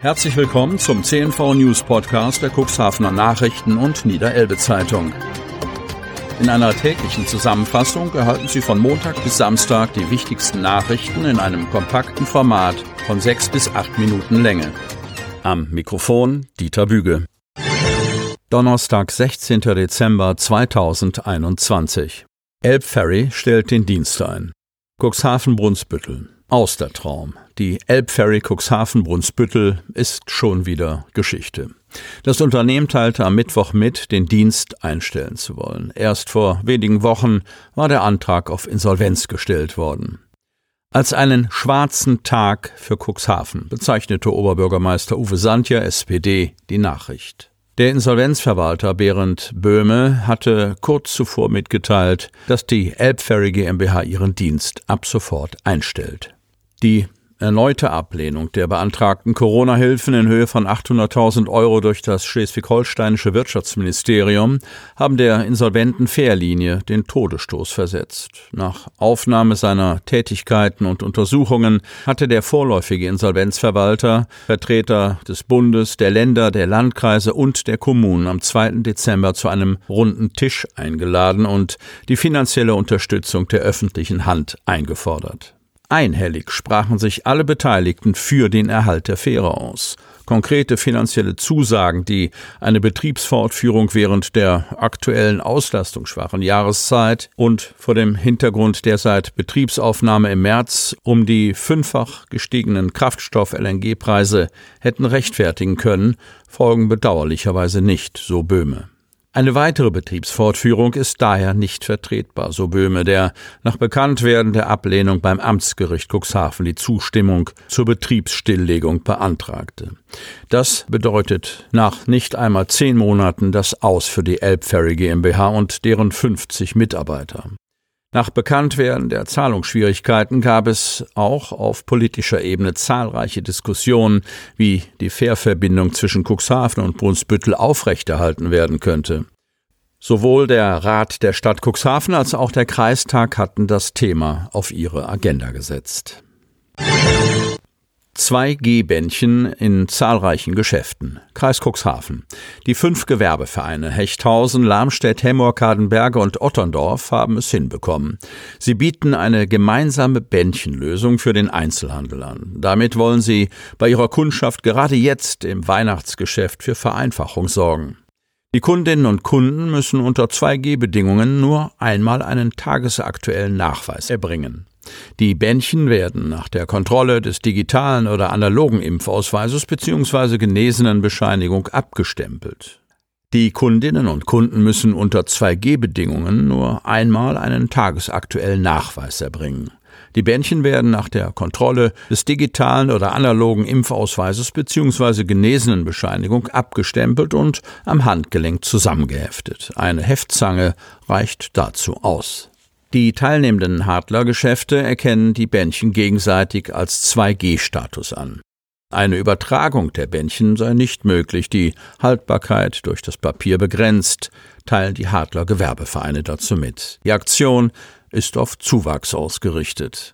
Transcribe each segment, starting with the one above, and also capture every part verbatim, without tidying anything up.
Herzlich willkommen zum C N V News Podcast der Cuxhavener Nachrichten und Niederelbe Zeitung. In einer täglichen Zusammenfassung erhalten Sie von Montag bis Samstag die wichtigsten Nachrichten in einem kompakten Format von sechs bis acht Minuten Länge. Am Mikrofon Dieter Büge. Donnerstag, sechzehnter Dezember zweitausendeinundzwanzig. Elbferry stellt den Dienst ein. Cuxhaven-Brunsbüttel. Austertraum. Die Elbferry Cuxhaven-Brunsbüttel ist schon wieder Geschichte. Das Unternehmen teilte am Mittwoch mit, den Dienst einstellen zu wollen. Erst vor wenigen Wochen war der Antrag auf Insolvenz gestellt worden. Als einen schwarzen Tag für Cuxhaven bezeichnete Oberbürgermeister Uwe Santjer, S P D, die Nachricht. Der Insolvenzverwalter Berend Böhme hatte kurz zuvor mitgeteilt, dass die Elbferry GmbH ihren Dienst ab sofort einstellt. Die erneute Ablehnung der beantragten Corona-Hilfen in Höhe von achthunderttausend Euro durch das schleswig-holsteinische Wirtschaftsministerium haben der insolventen Fährlinie den Todesstoß versetzt. Nach Aufnahme seiner Tätigkeiten und Untersuchungen hatte der vorläufige Insolvenzverwalter, Vertreter des Bundes, der Länder, der Landkreise und der Kommunen am zweiten Dezember zu einem runden Tisch eingeladen und die finanzielle Unterstützung der öffentlichen Hand eingefordert. Einhellig sprachen sich alle Beteiligten für den Erhalt der Fähre aus. Konkrete finanzielle Zusagen, die eine Betriebsfortführung während der aktuellen auslastungsschwachen Jahreszeit und vor dem Hintergrund der seit Betriebsaufnahme im März um die fünffach gestiegenen Kraftstoff-L N G-Preise hätten rechtfertigen können, folgen bedauerlicherweise nicht, so Böhme. Eine weitere Betriebsfortführung ist daher nicht vertretbar, so Böhme, der nach Bekanntwerden der Ablehnung beim Amtsgericht Cuxhaven die Zustimmung zur Betriebsstilllegung beantragte. Das bedeutet nach nicht einmal zehn Monaten das Aus für die Elbferry GmbH und deren fünfzig Mitarbeiter. Nach Bekanntwerden der Zahlungsschwierigkeiten gab es auch auf politischer Ebene zahlreiche Diskussionen, wie die Fährverbindung zwischen Cuxhaven und Brunsbüttel aufrechterhalten werden könnte. Sowohl der Rat der Stadt Cuxhaven als auch der Kreistag hatten das Thema auf ihre Agenda gesetzt. zwei G-Bändchen in zahlreichen Geschäften. Kreis Cuxhaven. Die fünf Gewerbevereine Hechthausen, Lamstedt, Hemmoor, Kadenberge und Otterndorf haben es hinbekommen. Sie bieten eine gemeinsame Bändchenlösung für den Einzelhandel an. Damit wollen sie bei ihrer Kundschaft gerade jetzt im Weihnachtsgeschäft für Vereinfachung sorgen. Die Kundinnen und Kunden müssen unter zwei G Bedingungen nur einmal einen tagesaktuellen Nachweis erbringen. Die Bändchen werden nach der Kontrolle des digitalen oder analogen Impfausweises bzw. Genesenenbescheinigung abgestempelt. Die Kundinnen und Kunden müssen unter zwei G Bedingungen nur einmal einen tagesaktuellen Nachweis erbringen. Die Bändchen werden nach der Kontrolle des digitalen oder analogen Impfausweises bzw. Genesenenbescheinigung abgestempelt und am Handgelenk zusammengeheftet. Eine Heftzange reicht dazu aus. Die teilnehmenden Hadler-Geschäfte erkennen die Bändchen gegenseitig als zwei G Status an. Eine Übertragung der Bändchen sei nicht möglich, die Haltbarkeit durch das Papier begrenzt, teilen die Hadler-Gewerbevereine dazu mit. Die Aktion ist auf Zuwachs ausgerichtet.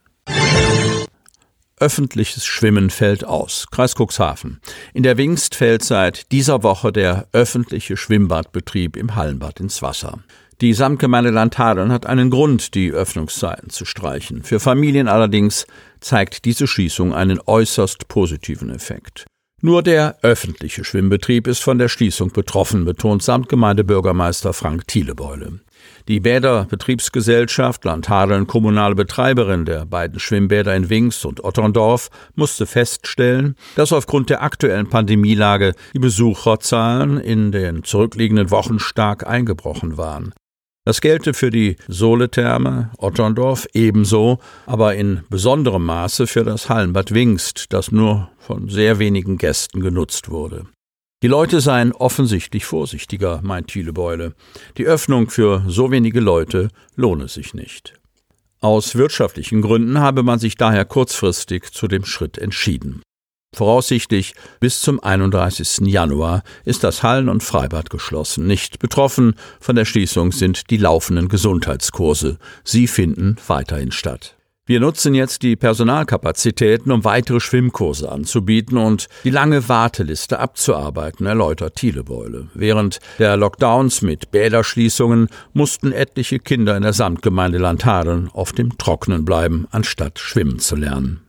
Öffentliches Schwimmen fällt aus. Kreis Cuxhaven. In der Wingst fällt seit dieser Woche der öffentliche Schwimmbadbetrieb im Hallenbad ins Wasser. Die Samtgemeinde Landhadeln hat einen Grund, die Öffnungszeiten zu streichen. Für Familien allerdings zeigt diese Schließung einen äußerst positiven Effekt. Nur der öffentliche Schwimmbetrieb ist von der Schließung betroffen, betont Samtgemeindebürgermeister Frank Thielebeule. Die Bäderbetriebsgesellschaft Landhadeln, kommunale Betreiberin der beiden Schwimmbäder in Wingst und Otterndorf, musste feststellen, dass aufgrund der aktuellen Pandemielage die Besucherzahlen in den zurückliegenden Wochen stark eingebrochen waren. Das gelte für die Soletherme Otterndorf ebenso, aber in besonderem Maße für das Hallenbad Wingst, das nur von sehr wenigen Gästen genutzt wurde. Die Leute seien offensichtlich vorsichtiger, meint Thielebeule. Die Öffnung für so wenige Leute lohne sich nicht. Aus wirtschaftlichen Gründen habe man sich daher kurzfristig zu dem Schritt entschieden. Voraussichtlich bis zum einunddreißigsten Januar ist das Hallen- und Freibad geschlossen. Nicht betroffen von der Schließung sind die laufenden Gesundheitskurse. Sie finden weiterhin statt. Wir nutzen jetzt die Personalkapazitäten, um weitere Schwimmkurse anzubieten und die lange Warteliste abzuarbeiten, erläutert Thielebeule. Während der Lockdowns mit Bäderschließungen mussten etliche Kinder in der Samtgemeinde Landhadeln auf dem Trockenen bleiben, anstatt schwimmen zu lernen.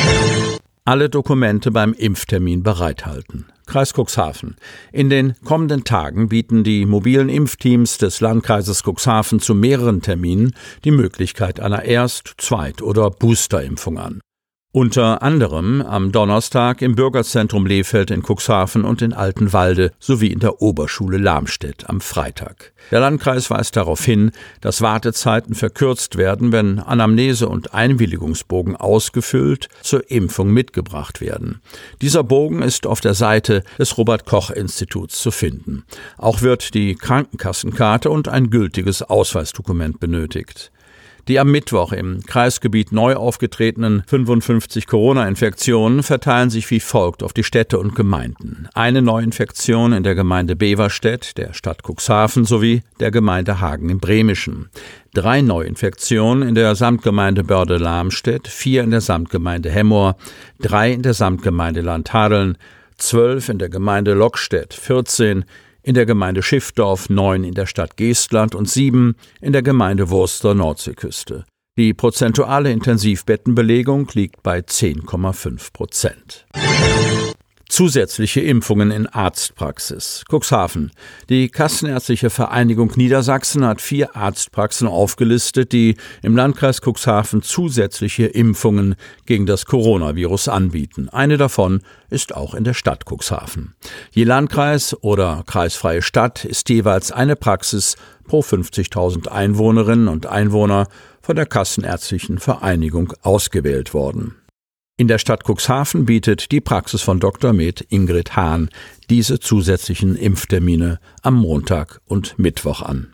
Alle Dokumente beim Impftermin bereithalten. Kreis Cuxhaven. In den kommenden Tagen bieten die mobilen Impfteams des Landkreises Cuxhaven zu mehreren Terminen die Möglichkeit einer Erst-, Zweit- oder Boosterimpfung an. Unter anderem am Donnerstag im Bürgerzentrum Lehfeld in Cuxhaven und in Altenwalde sowie in der Oberschule Lamstedt am Freitag. Der Landkreis weist darauf hin, dass Wartezeiten verkürzt werden, wenn Anamnese und Einwilligungsbogen ausgefüllt zur Impfung mitgebracht werden. Dieser Bogen ist auf der Seite des Robert-Koch-Instituts zu finden. Auch wird die Krankenkassenkarte und ein gültiges Ausweisdokument benötigt. Die am Mittwoch im Kreisgebiet neu aufgetretenen fünfundfünfzig Corona-Infektionen verteilen sich wie folgt auf die Städte und Gemeinden. Eine Neuinfektion in der Gemeinde Beverstedt, der Stadt Cuxhaven sowie der Gemeinde Hagen im Bremischen. Drei Neuinfektionen in der Samtgemeinde Börde-Lamstedt, vier in der Samtgemeinde Hemmoor, drei in der Samtgemeinde Landhadeln, zwölf in der Gemeinde Lockstedt, vierzehn in der Gemeinde Schiffdorf, neun in der Stadt Geestland und sieben in der Gemeinde Wurster Nordseeküste. Die prozentuale Intensivbettenbelegung liegt bei zehn Komma fünf Prozent. Zusätzliche Impfungen in Arztpraxis. Cuxhaven. Die Kassenärztliche Vereinigung Niedersachsen hat vier Arztpraxen aufgelistet, die im Landkreis Cuxhaven zusätzliche Impfungen gegen das Coronavirus anbieten. Eine davon ist auch in der Stadt Cuxhaven. Je Landkreis oder kreisfreie Stadt ist jeweils eine Praxis pro fünfzigtausend Einwohnerinnen und Einwohner von der Kassenärztlichen Vereinigung ausgewählt worden. In der Stadt Cuxhaven bietet die Praxis von Doktor Med Ingrid Hahn diese zusätzlichen Impftermine am Montag und Mittwoch an.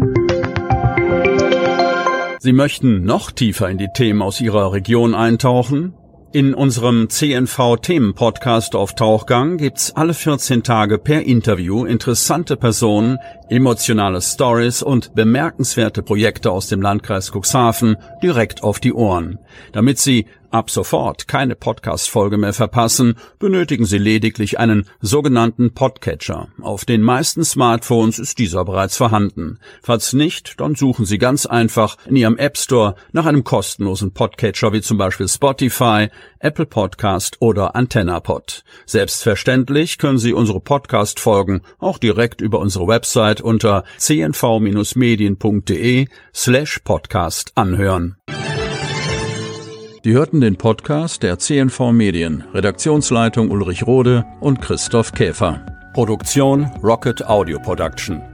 Sie möchten noch tiefer in die Themen aus Ihrer Region eintauchen? In unserem C N V-Themen-Podcast auf Tauchgang gibt's alle vierzehn Tage per Interview interessante Personen, emotionale Stories und bemerkenswerte Projekte aus dem Landkreis Cuxhaven direkt auf die Ohren. Damit Sie ab sofort keine Podcast-Folge mehr verpassen, benötigen Sie lediglich einen sogenannten Podcatcher. Auf den meisten Smartphones ist dieser bereits vorhanden. Falls nicht, dann suchen Sie ganz einfach in Ihrem App Store nach einem kostenlosen Podcatcher wie zum Beispiel Spotify, Apple Podcast oder AntennaPod. Selbstverständlich können Sie unsere Podcast-Folgen auch direkt über unsere Website unter c n v medien punkt d e slash podcast anhören. Sie hörten den Podcast der C N V Medien, Redaktionsleitung Ulrich Rode und Christoph Käfer. Produktion Rocket Audio Production.